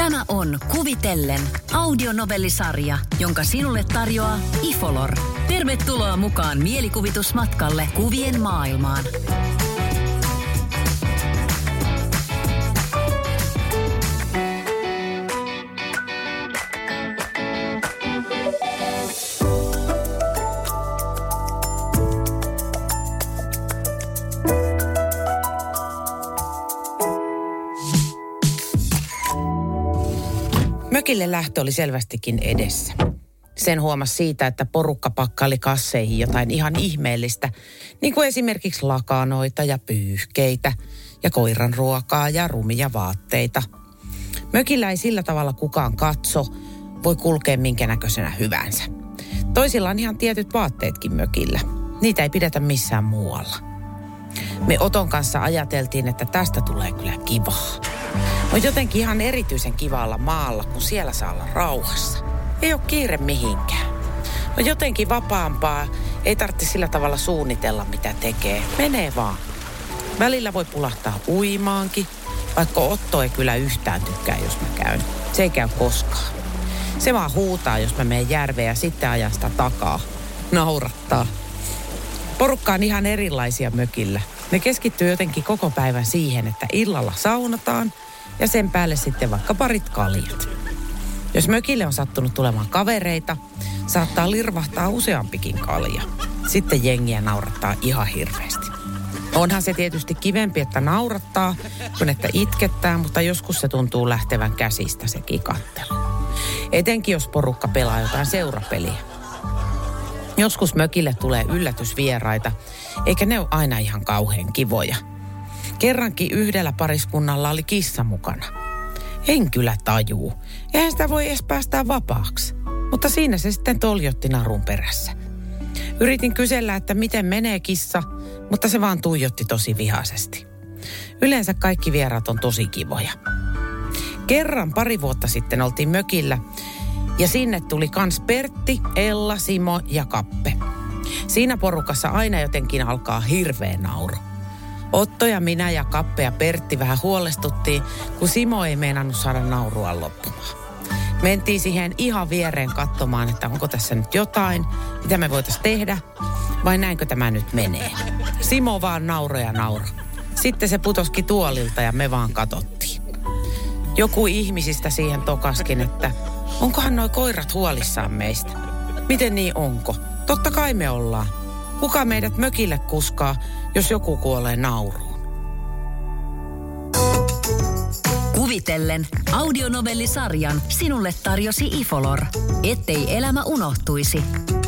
Tämä on Kuvitellen audionovellisarja, jonka sinulle tarjoaa Ifolor. Tervetuloa mukaan mielikuvitusmatkalle kuvien maailmaan. Mökille lähtö oli selvästikin edessä. Sen huomasi siitä, että porukka pakkaili kasseihin jotain ihan ihmeellistä, niin kuin esimerkiksi lakanoita ja pyyhkeitä ja koiran ruokaa ja rumia vaatteita. Mökillä ei sillä tavalla kukaan katso, voi kulkea minkä näköisenä hyvänsä. Toisilla on ihan tietyt vaatteetkin mökillä. Niitä ei pidetä missään muualla. Me Oton kanssa ajateltiin, että tästä tulee kyllä kivaa. On jotenkin ihan erityisen kiva olla maalla, kun siellä saa olla rauhassa. Ei ole kiire mihinkään. On jotenkin vapaampaa, ei tarvitse sillä tavalla suunnitella, mitä tekee. Menee vaan. Välillä voi pulahtaa uimaankin, vaikka Otto ei kyllä yhtään tykkää, jos mä käyn. Se ei käy koskaan. Se vaan huutaa, jos mä menen järveen ja sitten ajan sitä takaa. Naurattaa. Porukka on ihan erilaisia mökillä. Ne keskittyy jotenkin koko päivän siihen, että illalla saunataan ja sen päälle sitten vaikka parit kaljat. Jos mökille on sattunut tulemaan kavereita, saattaa lirvahtaa useampikin kalja. Sitten jengiä naurattaa ihan hirveästi. Onhan se tietysti kivempi, että naurattaa, kuin että itkettää, mutta joskus se tuntuu lähtevän käsistä se kikattelu. Etenkin jos porukka pelaa jotain seurapeliä. Joskus mökille tulee yllätysvieraita, eikä ne ole aina ihan kauhean kivoja. Kerrankin yhdellä pariskunnalla oli kissa mukana. En kyllä tajuu. Eihän sitä voi edes päästää vapaaksi. Mutta siinä se sitten toljotti narun perässä. Yritin kysellä, että miten menee kissa, mutta se vaan tuijotti tosi vihaisesti. Yleensä kaikki vieraat on tosi kivoja. Kerran pari vuotta sitten oltiin mökillä ja sinne tuli kans Pertti, Ella, Simo ja Kappe. Siinä porukassa aina jotenkin alkaa hirveä nauru. Otto ja minä ja Kappe ja Pertti vähän huolestuttiin, kun Simo ei meinannut saada naurua loppumaan. Mentiin siihen ihan viereen katsomaan, että onko tässä nyt jotain, mitä me voitaisiin tehdä, vai näinkö tämä nyt menee. Simo vaan nauroi ja nauroi. Sitten se putoski tuolilta ja me vaan katsottiin. Joku ihmisistä siihen tokaskin, että onkohan noi koirat huolissaan meistä? Miten niin onko? Totta kai me ollaan. Kuka meidät mökille kuskaa, jos joku kuolee nauruun? Kuvitellen audionovellisarjan sinulle tarjosi Ifolor, ettei elämä unohtuisi.